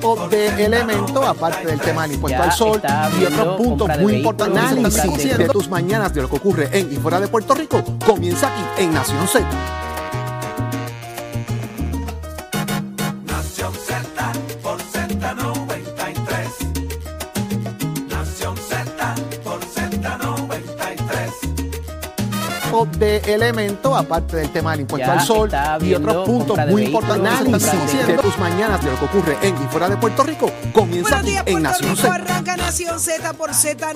tipo de elemento, aparte del tema del impuesto al sol y otros puntos muy importantes. Análisis de tus mañanas de lo que ocurre en y fuera de Puerto Rico comienza aquí en Nación Z. Nación Z por Z93. Nación Z por Z93. De elemento, aparte del tema del impuesto al sol y otros puntos muy importantes. Análisis de tus mañanas de lo que ocurre en y fuera de Puerto Rico comienza aquí en Nación Z. Arranca Nación Z por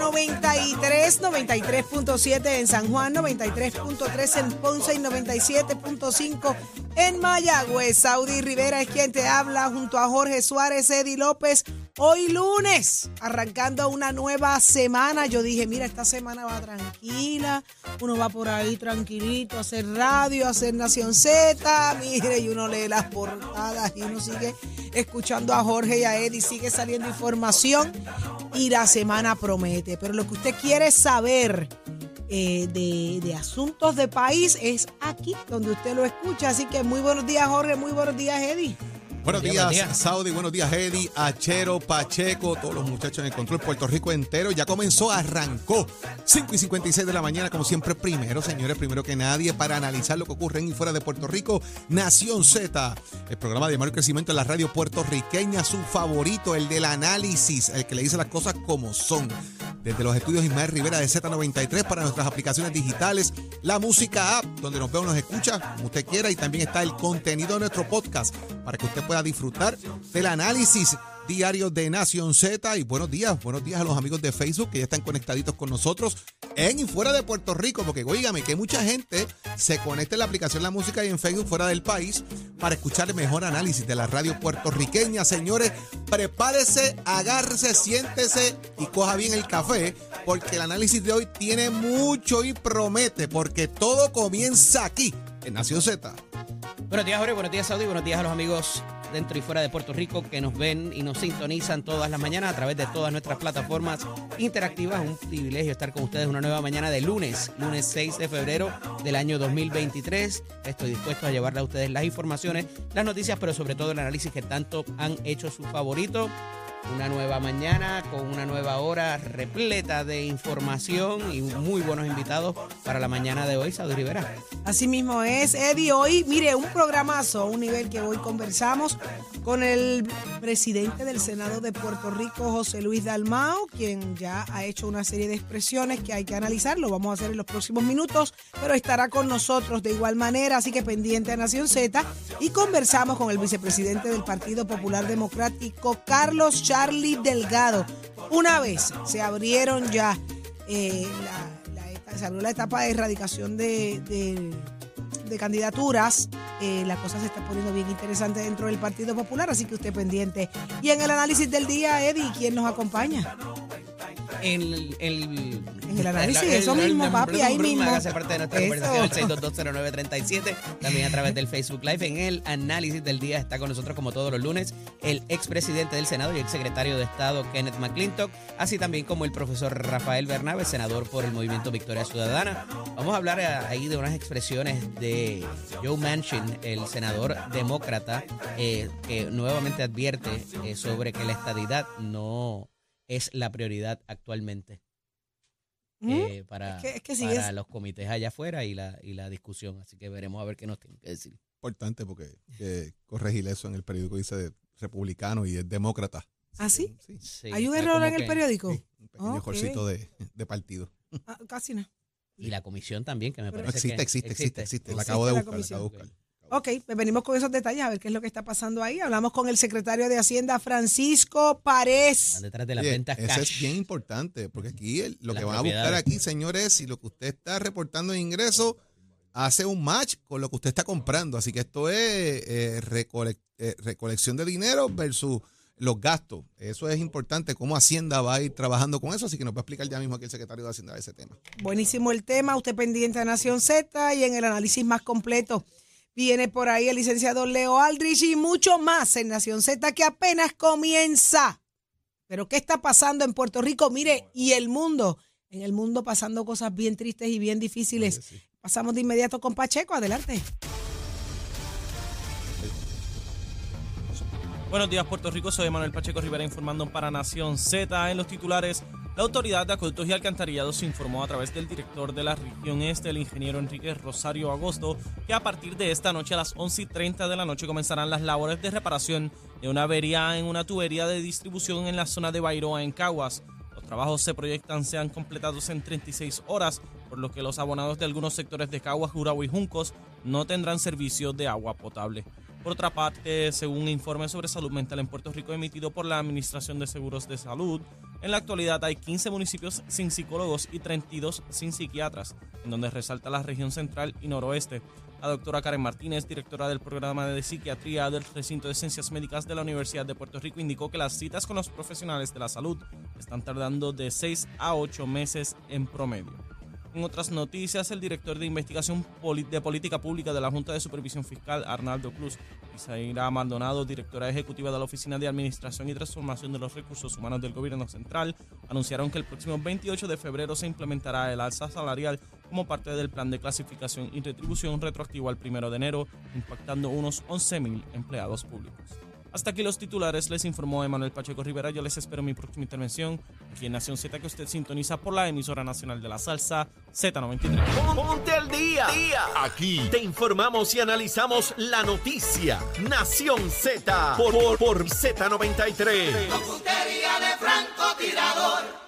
Z93, 93.7 en San Juan, 93.3 en Ponce y 97.5 en Mayagüez. Saudi Rivera es quien te habla junto a Jorge Suárez, Eddie López. Hoy lunes, arrancando una nueva semana. Yo dije, mira, esta semana va tranquila. Uno va por ahí tranquilito a hacer radio, a hacer Nación Z. Mire, y uno lee las portadas y uno sigue escuchando a Jorge y a Eddie. Sigue saliendo información y la semana promete. Pero lo que usted quiere saber de asuntos de país es aquí donde usted lo escucha. Así que muy buenos días, Jorge. Muy buenos días, Eddie. Buenos días, Saudi, buenos días, Eddie, Achero, Pacheco, todos los muchachos en el control, Puerto Rico entero. Ya comenzó, arrancó, 5:56 de la mañana, como siempre, primero, señores, primero que nadie, para analizar lo que ocurre en y fuera de Puerto Rico. Nación Z, el programa de mayor crecimiento en la radio puertorriqueña, su favorito, el del análisis, el que le dice las cosas como son. Desde los estudios Ismael Rivera de Z93 para nuestras aplicaciones digitales, la música app, donde nos ve o nos escucha, como usted quiera, y también está el contenido de nuestro podcast, para que usted pueda disfrutar del análisis diario de Nación Z. Y buenos días a los amigos de Facebook que ya están conectaditos con nosotros en y fuera de Puerto Rico, porque oígame que mucha gente se conecta en la aplicación La Música y en Facebook fuera del país para escuchar el mejor análisis de la radio puertorriqueña. Señores, prepárese, agárrese, siéntese y coja bien el café, porque el análisis de hoy tiene mucho y promete, porque todo comienza aquí en Nación Z. Buenos días, Jorge. Buenos días, Saudi. Buenos días a los amigos dentro y fuera de Puerto Rico que nos ven y nos sintonizan todas las mañanas a través de todas nuestras plataformas interactivas. Un privilegio estar con ustedes una nueva mañana de lunes 6 de febrero del año 2023. Estoy dispuesto a llevarle a ustedes las informaciones, las noticias, pero sobre todo el análisis que tanto han hecho su favorito. Una nueva mañana con una nueva hora repleta de información y muy buenos invitados para la mañana de hoy, Saudi Rivera. Así mismo es, Eddie. Hoy, mire, un programazo, un nivel que hoy conversamos con el presidente del Senado de Puerto Rico, José Luis Dalmau, quien ya ha hecho una serie de expresiones que hay que analizar. Lo vamos a hacer en los próximos minutos, pero estará con nosotros de igual manera, así que pendiente a Nación Z. Y conversamos con el vicepresidente del Partido Popular Democrático, Carlos Charlie Delgado. Una vez se abrieron ya se abrió la etapa de erradicación de candidaturas, la cosa se está poniendo bien interesante dentro del Partido Popular, así que usted pendiente. Y en el análisis del día, Eddie, ¿quién nos acompaña? En el análisis, eso mismo, papi, ahí mismo. Hágase parte de nuestra conversación, el 6220937, también a través del Facebook Live. En el análisis del día está con nosotros, como todos los lunes, el expresidente del Senado y exsecretario de Estado, Kenneth McClintock, así también como el profesor Rafael Bernabe, senador por el Movimiento Victoria Ciudadana. Vamos a hablar ahí de unas expresiones de Joe Manchin, el senador demócrata, que nuevamente advierte sobre que la estadidad no es la prioridad actualmente para los comités allá afuera y la discusión. Así que veremos a ver qué nos tienen que decir. Importante porque corregir eso en el periódico dice republicano y es demócrata. ¿Ah, sí? Sí. ¿Hay un error en el periódico? Sí, un pequeño errorcito de partido. Casi no. Y la comisión también, que me parece existe. La acabo de buscar. Ok, pues venimos con esos detalles a ver qué es lo que está pasando ahí. Hablamos con el secretario de Hacienda, Francisco Párez. Están detrás de las ventas cash. Eso es bien importante, porque aquí lo que van a buscar aquí, señores, si lo que usted está reportando en ingresos hace un match con lo que usted está comprando. Así que esto es recolección de dinero versus los gastos. Eso es importante, cómo Hacienda va a ir trabajando con eso, así que nos va a explicar ya mismo aquí el secretario de Hacienda de ese tema. Buenísimo el tema, usted pendiente a Nación Z y en el análisis más completo viene por ahí el licenciado Leo Aldrich y mucho más en Nación Z que apenas comienza. Pero ¿qué está pasando en Puerto Rico? Mire, y el mundo, en el mundo pasando cosas bien tristes y bien difíciles. Sí. Pasamos de inmediato con Pacheco, adelante. Buenos días, Puerto Rico. Soy Manuel Pacheco Rivera informando para Nación Z. En los titulares, la Autoridad de Acueductos y Alcantarillados informó a través del director de la región este, el ingeniero Enrique Rosario Agosto, que a partir de esta noche a las 11:30 de la noche comenzarán las labores de reparación de una avería en una tubería de distribución en la zona de Bairoa, en Caguas. Los trabajos se proyectan sean completados en 36 horas, por lo que los abonados de algunos sectores de Caguas, Jurabo y Juncos no tendrán servicio de agua potable. Por otra parte, según un informe sobre salud mental en Puerto Rico emitido por la Administración de Seguros de Salud, en la actualidad hay 15 municipios sin psicólogos y 32 sin psiquiatras, en donde resalta la región central y noroeste. La doctora Karen Martínez, directora del programa de psiquiatría del recinto de ciencias médicas de la Universidad de Puerto Rico, indicó que las citas con los profesionales de la salud están tardando de 6 a 8 meses en promedio. En otras noticias, el director de Investigación de Política Pública de la Junta de Supervisión Fiscal, Arnaldo Cruz, y Zaira Maldonado, directora ejecutiva de la Oficina de Administración y Transformación de los Recursos Humanos del Gobierno Central, anunciaron que el próximo 28 de febrero se implementará el alza salarial como parte del plan de clasificación y retribución retroactivo al 1 de enero, impactando unos 11,000 empleados públicos. Hasta aquí los titulares, les informó Manuel Pacheco Rivera. Yo les espero en mi próxima intervención aquí en Nación Z, que usted sintoniza por la emisora nacional de la salsa Z93. Ponte al día. Aquí te informamos y analizamos la noticia. Nación Z por Z93. Locutería de francotirador.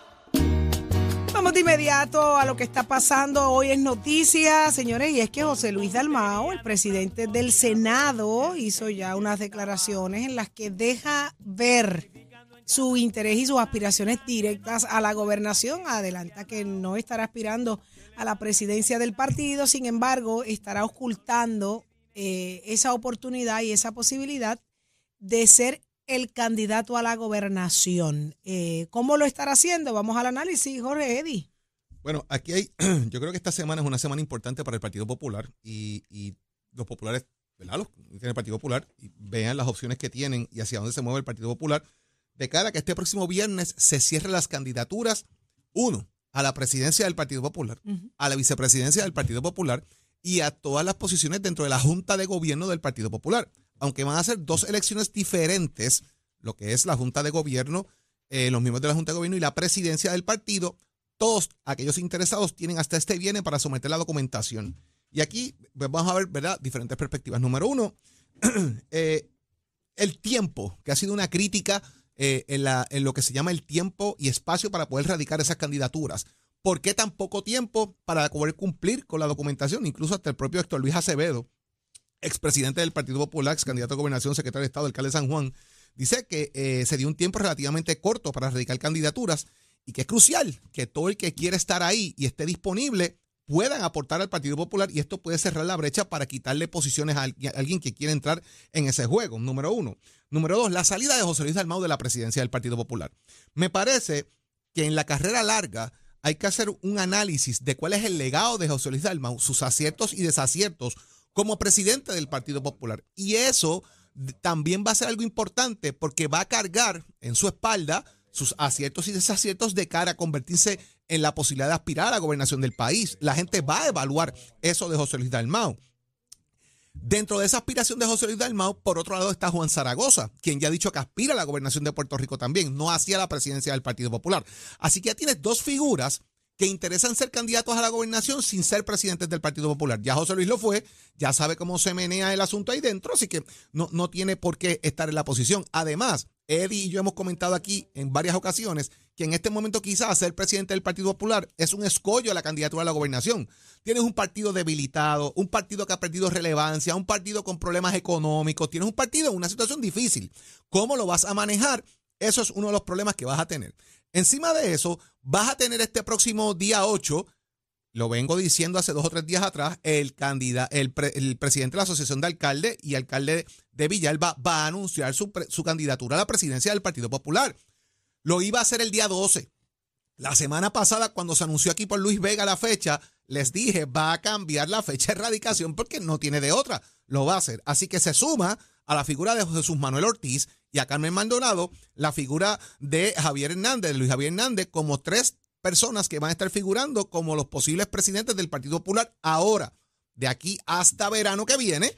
Vamos de inmediato a lo que está pasando. Hoy es noticia, señores, y es que José Luis Dalmau, el presidente del Senado, hizo ya unas declaraciones en las que deja ver su interés y sus aspiraciones directas a la gobernación. Adelanta que no estará aspirando a la presidencia del partido, sin embargo, estará ocultando esa oportunidad y esa posibilidad de ser el candidato a la gobernación. ¿Cómo lo estará haciendo? Vamos al análisis, Jorge Eddy. Bueno, aquí hay, yo creo que esta semana es una semana importante para el Partido Popular y los populares, ¿verdad? Los que tienen el Partido Popular, y vean las opciones que tienen y hacia dónde se mueve el Partido Popular, de cara a que este próximo viernes se cierren las candidaturas, uno, a la presidencia del Partido Popular, a la vicepresidencia del Partido Popular y a todas las posiciones dentro de la Junta de Gobierno del Partido Popular. Aunque van a ser dos elecciones diferentes, lo que es la Junta de Gobierno, los miembros de la Junta de Gobierno y la presidencia del partido, todos aquellos interesados tienen hasta este viernes para someter la documentación. Y aquí pues, vamos a ver, ¿verdad?, diferentes perspectivas. Número uno, el tiempo, que ha sido una crítica en lo que se llama el tiempo y espacio para poder radicar esas candidaturas. ¿Por qué tan poco tiempo para poder cumplir con la documentación? Incluso hasta el propio Héctor Luis Acevedo, expresidente del Partido Popular, ex candidato a gobernación, secretario de Estado, alcalde de San Juan, dice que se dio un tiempo relativamente corto para radicar candidaturas y que es crucial que todo el que quiera estar ahí y esté disponible puedan aportar al Partido Popular, y esto puede cerrar la brecha para quitarle posiciones a alguien que quiere entrar en ese juego, número uno. Número dos, la salida de José Luis Dalmau de la presidencia del Partido Popular. Me parece que en la carrera larga hay que hacer un análisis de cuál es el legado de José Luis Dalmau, sus aciertos y desaciertos como presidente del Partido Popular. Y eso también va a ser algo importante porque va a cargar en su espalda sus aciertos y desaciertos de cara a convertirse en la posibilidad de aspirar a la gobernación del país. La gente va a evaluar eso de José Luis Dalmau. Dentro de esa aspiración de José Luis Dalmau, por otro lado está Juan Zaragoza, quien ya ha dicho que aspira a la gobernación de Puerto Rico también, no hacia la presidencia del Partido Popular. Así que ya tienes dos figuras que interesan ser candidatos a la gobernación sin ser presidentes del Partido Popular. Ya José Luis lo fue, ya sabe cómo se menea el asunto ahí dentro, así que no tiene por qué estar en la posición. Además, Eddie y yo hemos comentado aquí en varias ocasiones que en este momento quizás ser presidente del Partido Popular es un escollo a la candidatura a la gobernación. Tienes un partido debilitado, un partido que ha perdido relevancia, un partido con problemas económicos, tienes un partido en una situación difícil. ¿Cómo lo vas a manejar? Eso es uno de los problemas que vas a tener. Encima de eso, vas a tener este próximo día 8, lo vengo diciendo hace 2 o 3 días atrás, el presidente de la Asociación de Alcaldes y alcalde de Villalba va a anunciar su candidatura a la presidencia del Partido Popular. Lo iba a hacer el día 12. La semana pasada, cuando se anunció aquí por Luis Vega la fecha, les dije, va a cambiar la fecha de erradicación porque no tiene de otra. Lo va a hacer. Así que se suma a la figura de Jesús Manuel Ortiz y a Carmen Maldonado la figura de Javier Hernández, Luis Javier Hernández, como 3 personas que van a estar figurando como los posibles presidentes del Partido Popular ahora, de aquí hasta verano que viene,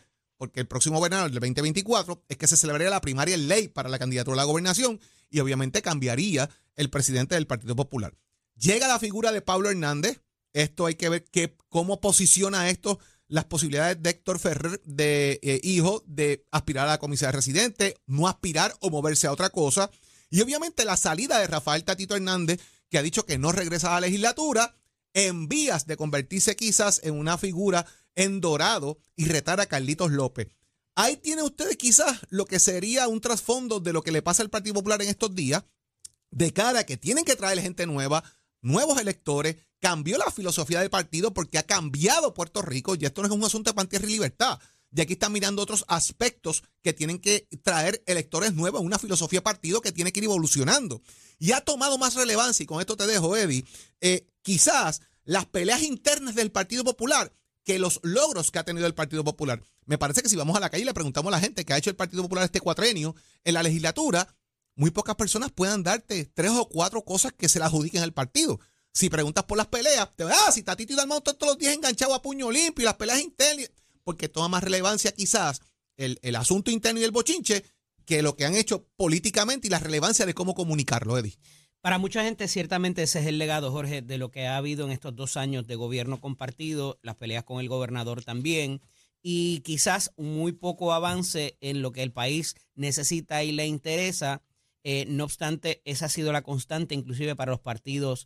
porque el próximo verano del 2024 es que se celebraría la primaria en ley para la candidatura a la gobernación y obviamente cambiaría el presidente del Partido Popular. Llega la figura de Pablo Hernández. Esto hay que ver cómo posiciona esto las posibilidades de Héctor Ferrer, hijo, de aspirar a la comisaría residente, no aspirar o moverse a otra cosa. Y obviamente la salida de Rafael Tatito Hernández, que ha dicho que no regresa a la legislatura, en vías de convertirse quizás en una figura en dorado y retar a Carlitos López. Ahí tiene ustedes quizás lo que sería un trasfondo de lo que le pasa al Partido Popular en estos días, de cara a que tienen que traer gente nueva, nuevos electores. Cambió la filosofía del partido porque ha cambiado Puerto Rico y esto no es un asunto de pan, tierra y libertad. Y aquí están mirando otros aspectos que tienen que traer electores nuevos, una filosofía de partido que tiene que ir evolucionando. Y ha tomado más relevancia, y con esto te dejo, Eddie, quizás las peleas internas del Partido Popular que los logros que ha tenido el Partido Popular. Me parece que si vamos a la calle y le preguntamos a la gente que ha hecho el Partido Popular este cuatrenio en la legislatura, muy pocas personas puedan darte 3 o 4 cosas que se le adjudiquen al partido. Si preguntas por las peleas, te vas, si Tatito y Dalmau todos los días enganchados a puño limpio y las peleas internas, porque toma más relevancia quizás el asunto interno y el bochinche que lo que han hecho políticamente y la relevancia de cómo comunicarlo, Eddie. Para mucha gente ciertamente ese es el legado, Jorge, de lo que ha habido en estos 2 años de gobierno compartido, las peleas con el gobernador también, y quizás muy poco avance en lo que el país necesita y le interesa. No obstante, esa ha sido la constante, inclusive para los partidos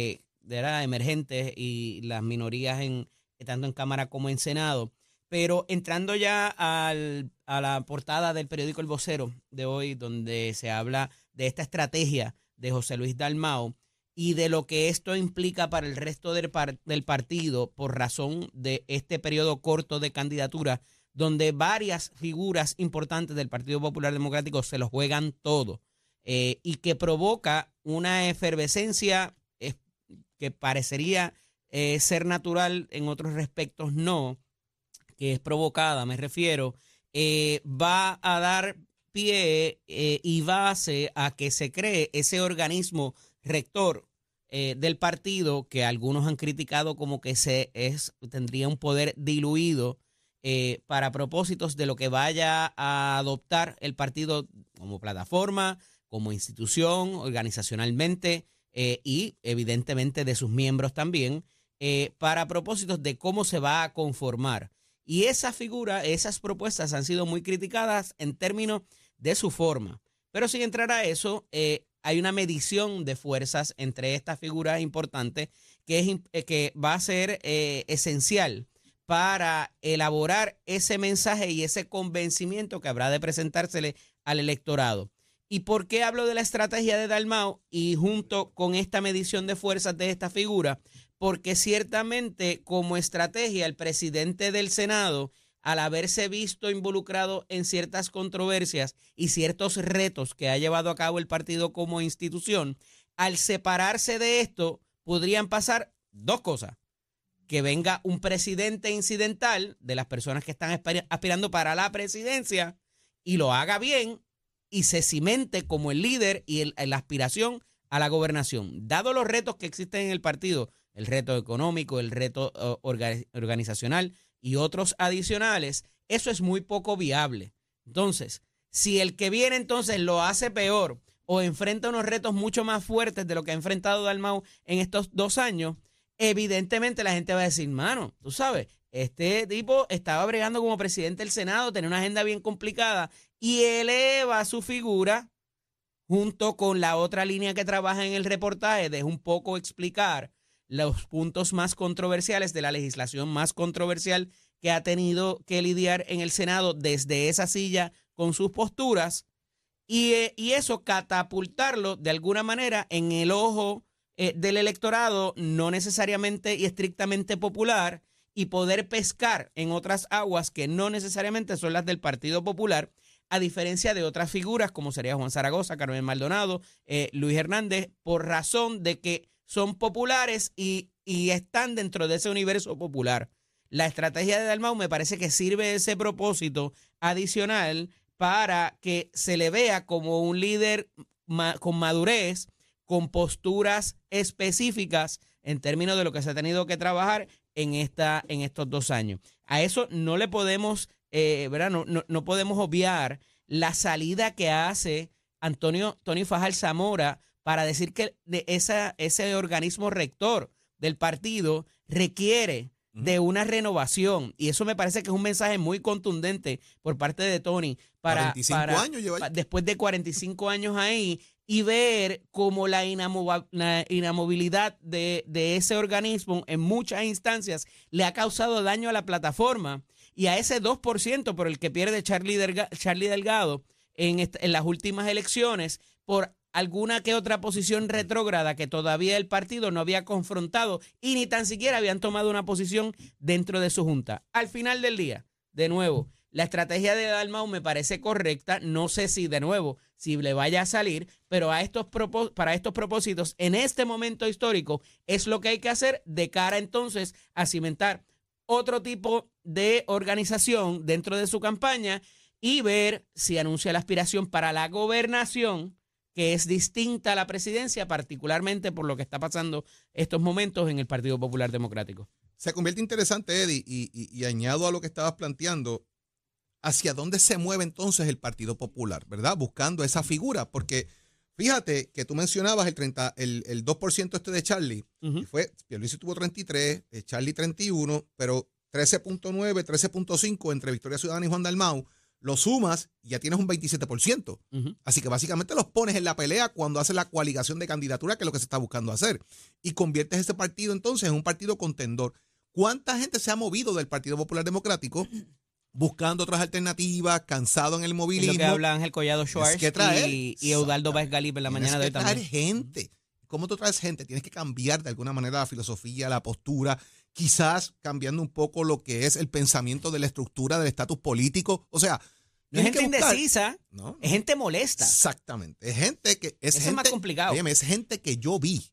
emergentes y las minorías tanto en Cámara como en Senado. Pero entrando ya a la portada del periódico El Vocero de hoy, donde se habla de esta estrategia de José Luis Dalmau y de lo que esto implica para el resto del partido por razón de este periodo corto de candidatura, donde varias figuras importantes del Partido Popular Democrático se lo juegan todo, y que provoca una efervescencia que parecería ser natural, en otros respectos no, que es provocada, me refiero, va a dar pie y base a que se cree ese organismo rector del partido que algunos han criticado como que tendría un poder diluido para propósitos de lo que vaya a adoptar el partido como plataforma, como institución, organizacionalmente y evidentemente de sus miembros también, para propósitos de cómo se va a conformar. Y esa figura, esas propuestas han sido muy criticadas en términos de su forma. Pero sin entrar a eso, hay una medición de fuerzas entre estas figuras importantes que va a ser esencial para elaborar ese mensaje y ese convencimiento que habrá de presentársele al electorado. ¿Y por qué hablo de la estrategia de Dalmau y junto con esta medición de fuerzas de esta figura? Porque ciertamente como estrategia el presidente del Senado, al haberse visto involucrado en ciertas controversias y ciertos retos que ha llevado a cabo el partido como institución, al separarse de esto podrían pasar 2 cosas. Que venga un presidente incidental de las personas que están aspirando para la presidencia y lo haga bien y se cimente como el líder y la aspiración a la gobernación. Dado los retos que existen en el partido, el reto económico, el reto organizacional y otros adicionales, eso es muy poco viable. Entonces, si el que viene entonces lo hace peor o enfrenta unos retos mucho más fuertes de lo que ha enfrentado Dalmau en estos 2 años, evidentemente la gente va a decir, mano, tú sabes, este tipo estaba bregando como presidente del Senado, tenía una agenda bien complicada y eleva su figura junto con la otra línea que trabaja en el reportaje de un poco explicar los puntos más controversiales de la legislación más controversial que ha tenido que lidiar en el Senado desde esa silla con sus posturas y eso catapultarlo de alguna manera en el ojo del electorado no necesariamente y estrictamente popular y poder pescar en otras aguas que no necesariamente son las del Partido Popular, a diferencia de otras figuras como sería Juan Zaragoza, Carmen Maldonado, Luis Hernández, por razón de que son populares y están dentro de ese universo popular. La estrategia de Dalmau me parece que sirve ese propósito adicional para que se le vea como un líder con madurez, con posturas específicas en términos de lo que se ha tenido que trabajar en estos 2 años. A eso no le podemos ¿verdad? No podemos obviar la salida que hace Tony Fajardo Zamora para decir que ese organismo rector del partido requiere de una renovación. Y eso me parece que es un mensaje muy contundente por parte de Tony después de 45 años ahí, y ver cómo la inamovilidad de ese organismo en muchas instancias le ha causado daño a la plataforma y a ese 2% por el que pierde Charlie Delgado en las últimas elecciones por alguna que otra posición retrógrada que todavía el partido no había confrontado y ni tan siquiera habían tomado una posición dentro de su junta. Al final del día, de nuevo, la estrategia de Dalmau me parece correcta. No sé si, de nuevo, si le vaya a salir, pero para estos propósitos, en este momento histórico, es lo que hay que hacer de cara entonces a cimentar otro tipo de organización dentro de su campaña y ver si anuncia la aspiración para la gobernación, que es distinta a la presidencia, particularmente por lo que está pasando estos momentos en el Partido Popular Democrático. Se convierte interesante, Eddie, y añado a lo que estabas planteando, hacia dónde se mueve entonces el Partido Popular, ¿verdad? Buscando esa figura, porque fíjate que tú mencionabas el 2% de Charlie, y Pierluisi tuvo 33, Charlie 31, pero 13.9, 13.5 entre Victoria Ciudadana y Juan Dalmau, lo sumas y ya tienes un 27%. Así que básicamente los pones en la pelea cuando haces la coaligación de candidatura, que es lo que se está buscando hacer, y conviertes ese partido entonces en un partido contendor. ¿Cuánta gente se ha movido del Partido Popular Democrático buscando otras alternativas, cansado en el movilismo? Es lo que habla Ángel Collado Schwartz y Eudaldo Vázquez Galip en la mañana de hoy también. Traer gente. ¿Cómo tú traes gente? Tienes que cambiar de alguna manera la filosofía, la postura, quizás cambiando un poco lo que es el pensamiento de la estructura del estatus político. O sea, no es gente indecisa, es gente molesta. Exactamente. Es gente que Eso es más complicado. Óyeme, es gente que yo vi,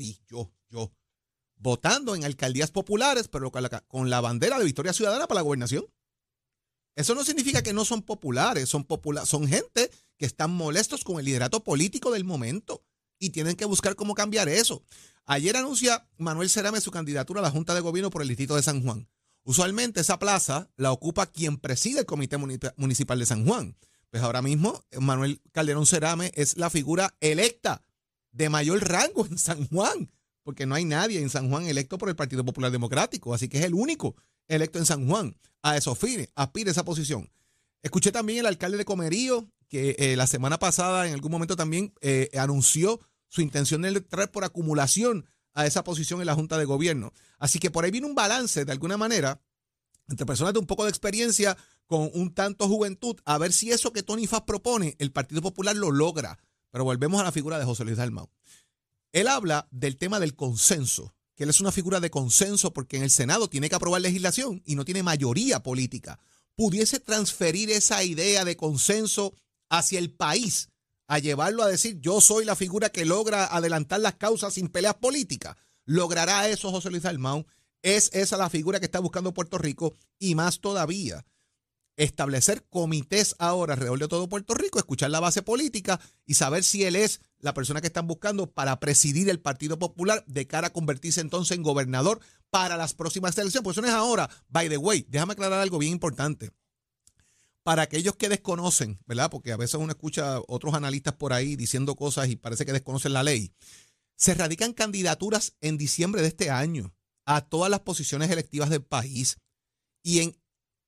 votando en alcaldías populares, pero con la bandera de Victoria Ciudadana para la gobernación. Eso no significa que no son populares, son gente que están molestos con el liderato político del momento y tienen que buscar cómo cambiar eso. Ayer anuncia Manuel Cerame su candidatura a la Junta de Gobierno por el Distrito de San Juan. Usualmente esa plaza la ocupa quien preside el Comité Municipal de San Juan. Pues ahora mismo Manuel Calderón Cerame es la figura electa de mayor rango en San Juan, porque no hay nadie en San Juan electo por el Partido Popular Democrático, así que es el único electo en San Juan. A esos fines aspira esa posición. Escuché también el alcalde de Comerío, que la semana pasada en algún momento también anunció su intención de entrar por acumulación a esa posición en la Junta de Gobierno. Así que por ahí viene un balance, de alguna manera, entre personas de un poco de experiencia con un tanto juventud, a ver si eso que Tony Fajardo propone, el Partido Popular lo logra. Pero volvemos a la figura de José Luis Dalmau. Él habla del tema del consenso, que él es una figura de consenso porque en el Senado tiene que aprobar legislación y no tiene mayoría política. Pudiese transferir esa idea de consenso hacia el país, a llevarlo a decir, yo soy la figura que logra adelantar las causas sin peleas políticas. ¿Logrará eso José Luis Dalmau? ¿Es esa la figura que está buscando Puerto Rico? Y más todavía, establecer comités ahora alrededor de todo Puerto Rico, escuchar la base política y saber si él es la persona que están buscando para presidir el Partido Popular de cara a convertirse entonces en gobernador para las próximas elecciones. Pues eso no es ahora. By the way, déjame aclarar algo bien importante. Para aquellos que desconocen, ¿verdad? Porque a veces uno escucha a otros analistas por ahí diciendo cosas y parece que desconocen la ley. Se radican candidaturas en diciembre de este año a todas las posiciones electivas del país. Y en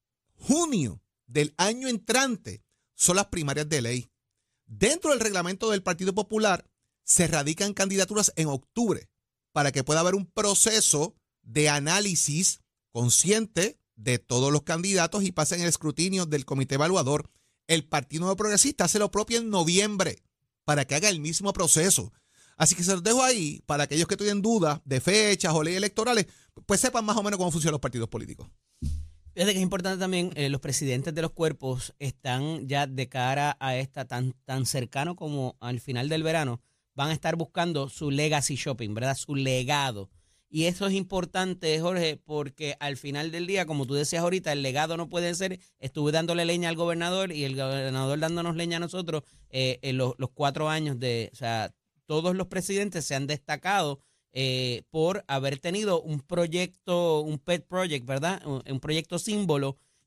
junio del año entrante son las primarias de ley. Dentro del reglamento del Partido Popular se radican candidaturas en octubre para que pueda haber un proceso de análisis consciente de todos los candidatos y pasen el escrutinio del comité evaluador. El Partido Nuevo Progresista hace lo propio en noviembre para que haga el mismo proceso. Así que se los dejo ahí para aquellos que tienen dudas de fechas o leyes electorales, pues sepan más o menos cómo funcionan los partidos políticos. Fíjate que es importante también, los presidentes de los cuerpos están ya de cara a esta tan cercano como al final del verano, van a estar buscando su legacy shopping, ¿verdad? Su legado. Y eso es importante, Jorge, porque al final del día, como tú decías ahorita, el legado no puede ser, estuve dándole leña al gobernador y el gobernador dándonos leña a nosotros en los 4 años o sea, todos los presidentes se han destacado por haber tenido un proyecto, un pet project, ¿verdad? Un proyecto símbolo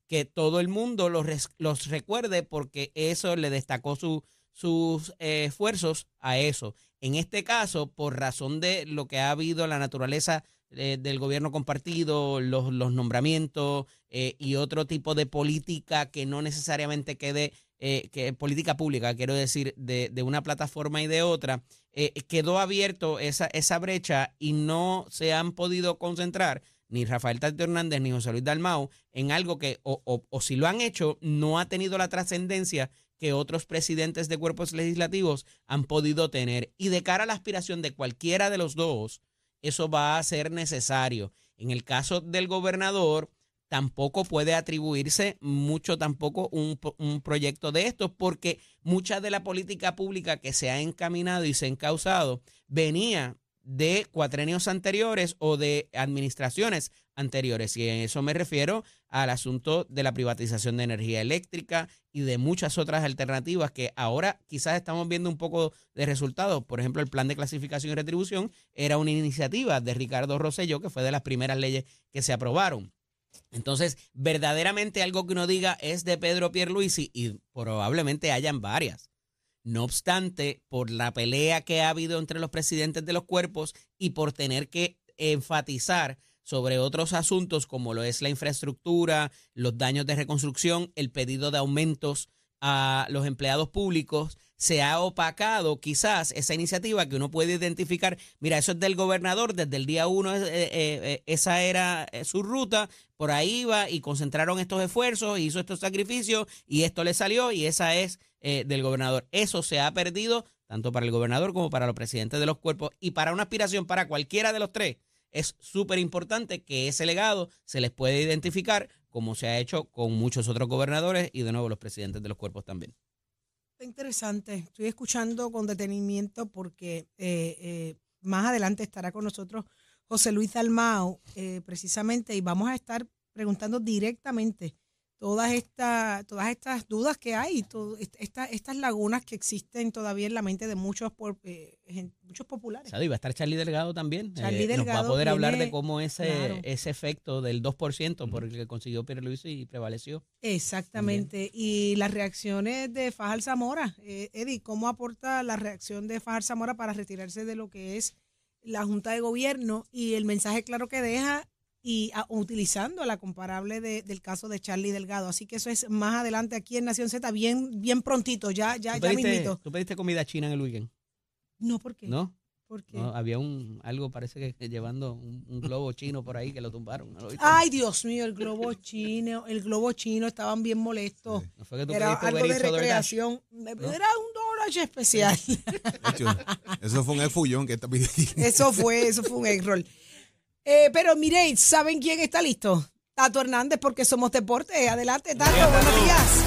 que todo el mundo los recuerde porque eso le destacó sus esfuerzos a eso. En este caso, por razón de lo que ha habido, la naturaleza del gobierno compartido, los nombramientos y otro tipo de política que no necesariamente quede, que política pública, quiero decir, de una plataforma y de otra, quedó abierto esa brecha y no se han podido concentrar ni Rafael Tatito Hernández ni José Luis Dalmau en algo que, o si lo han hecho, no ha tenido la trascendencia que otros presidentes de cuerpos legislativos han podido tener. Y de cara a la aspiración de cualquiera de los dos, eso va a ser necesario. En el caso del gobernador, tampoco puede atribuirse mucho tampoco un proyecto de estos, porque mucha de la política pública que se ha encaminado y se ha encauzado venía de cuatrenios anteriores o de administraciones anteriores. Y en eso me refiero al asunto de la privatización de energía eléctrica y de muchas otras alternativas que ahora quizás estamos viendo un poco de resultados. Por ejemplo, el plan de clasificación y retribución era una iniciativa de Ricardo Rosselló, que fue de las primeras leyes que se aprobaron. Entonces, verdaderamente algo que uno diga es de Pedro Pierluisi, y probablemente hayan varias. No obstante, por la pelea que ha habido entre los presidentes de los cuerpos y por tener que enfatizar sobre otros asuntos como lo es la infraestructura, los daños de reconstrucción, el pedido de aumentos a los empleados públicos, se ha opacado quizás esa iniciativa que uno puede identificar. Mira, eso es del gobernador, desde el día 1 esa era su ruta, por ahí iba y concentraron estos esfuerzos, hizo estos sacrificios y esto le salió y esa es del gobernador. Eso se ha perdido tanto para el gobernador como para los presidentes de los cuerpos y para una aspiración para cualquiera de los tres. Es súper importante que ese legado se les pueda identificar como se ha hecho con muchos otros gobernadores y de nuevo los presidentes de los cuerpos también. Está interesante. Estoy escuchando con detenimiento porque más adelante estará con nosotros José Luis Dalmau precisamente y vamos a estar preguntando directamente todas estas dudas que hay, estas lagunas que existen todavía en la mente de muchos populares. Y va a estar Charlie Delgado también. Charlie Delgado nos va a poder hablar de cómo ese efecto del 2% por el que consiguió Pierluisi y prevaleció. Exactamente. También. Y las reacciones de Fajardo Zamora. Eddie, ¿cómo aporta la reacción de Fajardo Zamora para retirarse de lo que es la Junta de Gobierno y el mensaje claro que deja y utilizando la comparable del caso de Charlie Delgado? Así que eso es más adelante aquí en Nación Z, bien prontito, ya mismito. ¿Tú pediste comida china en el weekend? No, ¿por qué? ¿No? ¿Por qué? No, había algo parece que llevando un globo chino por ahí que lo tumbaron. ¿No lo viste? Ay, Dios mío, el globo chino, estaban bien molestos. ¿No fue que tú era algo de recreación. ¿No? Era un DoorDash especial. Hecho, eso fue un efullón que está pidiendo. Eso fue un error. Pero mire, ¿saben quién está listo? Tato Hernández, porque somos deporte. Adelante, Tato, buenos días.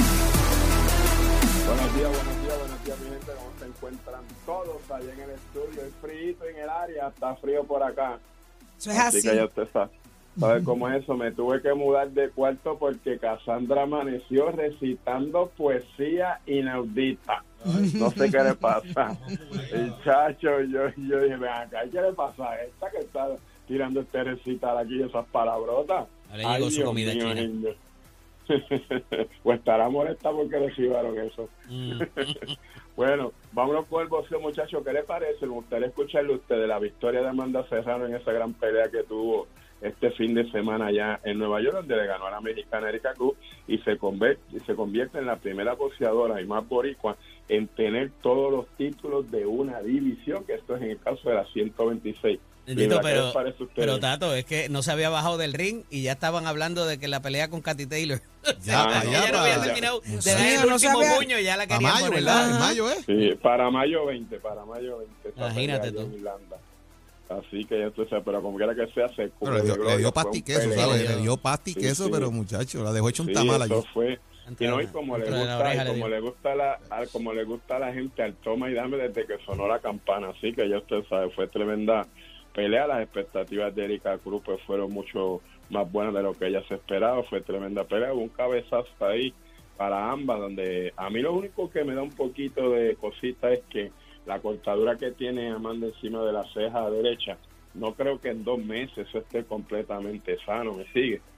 Buenos días, mi gente. ¿Cómo se encuentran todos allá en el estudio? Es frío en el área, está frío por acá. Eso es así. Que ya usted sabe cómo es eso. Me tuve que mudar de cuarto porque Cassandra amaneció recitando poesía inaudita. No sé qué le pasa. El chacho, yo dije, ven acá, ¿qué le pasa a esta que está tirando recitar aquí esas palabrotas? Ahora llegó su comida china. O estará molesta porque recibieron eso. Bueno, vámonos con el boxeo, muchachos. ¿Qué les parece? Me gustaría escucharle a ustedes la victoria de Amanda Serrano en esa gran pelea que tuvo este fin de semana allá en Nueva York, donde le ganó a la mexicana Erika Cruz y se convierte en la primera boxeadora y más boricua en tener todos los títulos de una división, que esto es en el caso de la 126. Pero Tato, es que no se había bajado del ring y ya estaban hablando de que la pelea con Katy Taylor. Ya no había terminado de dar el último puño, ya la querían mayo, poner. ¿verdad? En mayo, ¿eh? Sí, para mayo 20. Imagínate tú. Así que ya tú sabes, pero como quiera que sea, se cubre. Le dio pasti queso, ¿sabes? Le dio pasti queso, sí. Pero muchacho, la dejó hecho un tamal allí. Eso fue. Y no, y como le gusta a la gente al toma y dame desde que sonó la campana, así que ya usted sabe, fue tremenda pelea. Las expectativas de Erika Cruz pues fueron mucho más buenas de lo que ella se esperaba. Fue tremenda pelea, hubo un cabezazo ahí para ambas, donde a mí lo único que me da un poquito de cosita es que la cortadura que tiene Amanda encima de la ceja derecha, no creo que en 2 meses eso esté completamente sano, ¿me sigue?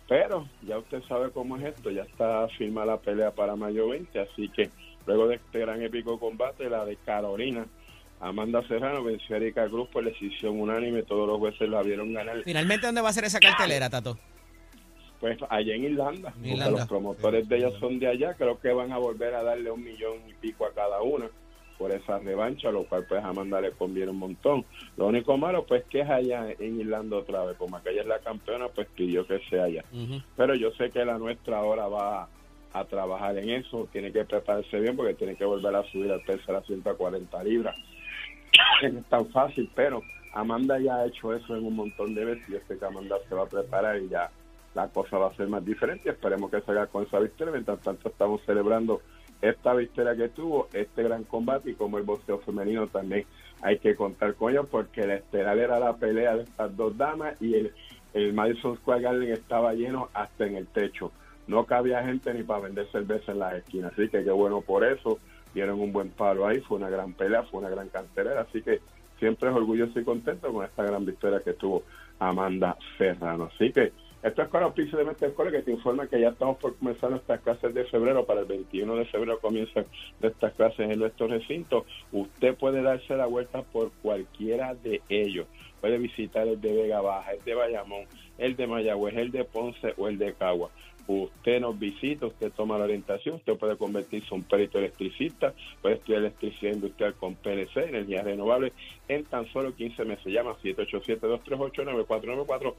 Pero ya usted sabe cómo es esto, ya está firmada la pelea para mayo 20, así que luego de este gran épico combate, la de Carolina, Amanda Serrano venció a Erika Cruz por decisión unánime, todos los jueces la vieron ganar. Finalmente, ¿dónde va a ser esa cartelera, Tato? Pues allá en Irlanda, porque los promotores de ellas son de allá, creo que van a volver a darle $1 millón y pico a cada una por esa revancha, lo cual pues a Amanda le conviene un montón. Lo único malo pues que es allá en Irlanda otra vez, como aquella es la campeona, pues pidió que sea allá. Pero yo sé que la nuestra ahora va a trabajar en eso, tiene que prepararse bien porque tiene que volver a subir al peso a 140 libras. No es tan fácil, pero Amanda ya ha hecho eso en un montón de veces y yo sé que Amanda se va a preparar y ya la cosa va a ser más diferente. Esperemos que se haga con esa victoria. Mientras tanto estamos celebrando esta victoria que tuvo, este gran combate, y como el boxeo femenino también hay que contar con ellos porque la estelar era la pelea de estas dos damas y el Madison Square Garden estaba lleno hasta en el techo. No cabía gente ni para vender cerveza en las esquinas, así que qué bueno por eso. Dieron un buen palo ahí, fue una gran pelea, fue una gran cartelera, así que siempre es orgulloso y contento con esta gran victoria que tuvo Amanda Serrano. Así que esto es con auspicio de Mestre Escuela, que te informa que ya estamos por comenzar nuestras clases de febrero. Para el 21 de febrero comienzan nuestras clases en nuestro recinto. Usted puede darse la vuelta por cualquiera de ellos. Puede visitar el de Vega Baja, el de Bayamón, el de Mayagüez, el de Ponce o el de Cagua. Usted nos visita, usted toma la orientación, usted puede convertirse en un perito electricista, puede estudiar electricidad industrial con PLC, energías renovables, en tan solo 15 meses. Llama 787-238-9494,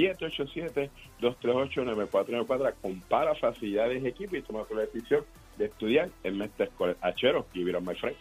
787-238-9494, compara facilidades de equipo y toma la decisión de estudiar en Mestre Escolar. Achero, give it on my friend.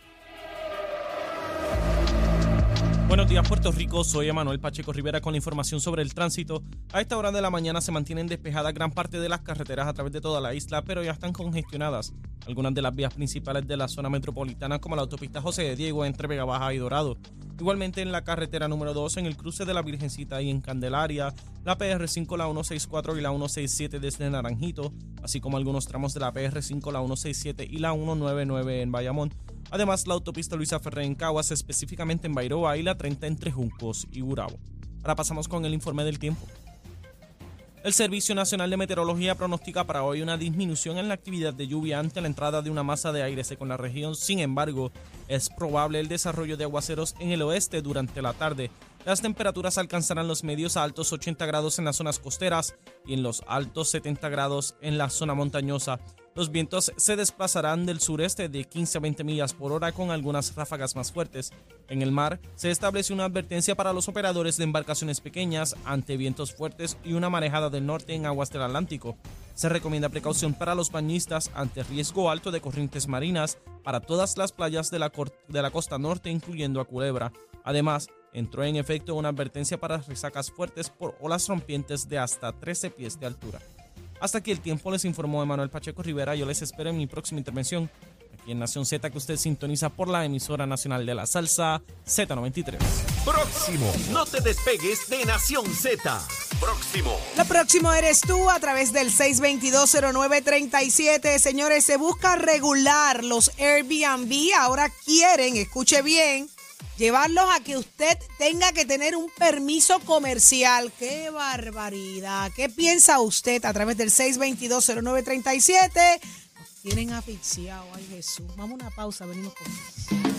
Buenos días, Puerto Rico. Soy Emanuel Pacheco Rivera con la información sobre el tránsito. A esta hora de la mañana se mantienen despejadas gran parte de las carreteras a través de toda la isla, pero ya están congestionadas algunas de las vías principales de la zona metropolitana, como la autopista José de Diego entre Vega Baja y Dorado. Igualmente en la carretera número 2, en el cruce de la Virgencita y en Candelaria, la PR5, la 164 y la 167 desde Naranjito, así como algunos tramos de la PR5, la 167 y la 199 en Bayamón. Además, la autopista Luisa Ferré en Caguas, específicamente en Bairoa, y la 30 entre Juncos y Gurabo. Ahora pasamos con el informe del tiempo. El Servicio Nacional de Meteorología pronostica para hoy una disminución en la actividad de lluvia ante la entrada de una masa de aire seco en la región. Sin embargo, es probable el desarrollo de aguaceros en el oeste durante la tarde. Las temperaturas alcanzarán los medios a altos 80 grados en las zonas costeras y en los altos 70 grados en la zona montañosa. Los vientos se desplazarán del sureste de 15 a 20 millas por hora con algunas ráfagas más fuertes. En el mar se establece una advertencia para los operadores de embarcaciones pequeñas ante vientos fuertes y una marejada del norte en aguas del Atlántico. Se recomienda precaución para los bañistas ante riesgo alto de corrientes marinas para todas las playas de la costa norte, incluyendo a Culebra. Además, entró en efecto una advertencia para resacas fuertes por olas rompientes de hasta 13 pies de altura. Hasta aquí el tiempo, les informó Emanuel Pacheco Rivera. Yo les espero en mi próxima intervención aquí en Nación Z, que usted sintoniza por la emisora nacional de la salsa Z93. Próximo, no te despegues de Nación Z. Próximo. Lo próximo eres tú a través del 6220937. Señores, se busca regular los Airbnb. Ahora quieren, escuche bien, llevarlos a que usted tenga que tener un permiso comercial. ¡Qué barbaridad! ¿Qué piensa usted a través del 6220937? Nos tienen asfixiados. Ay, Jesús. Vamos a una pausa, venimos con más.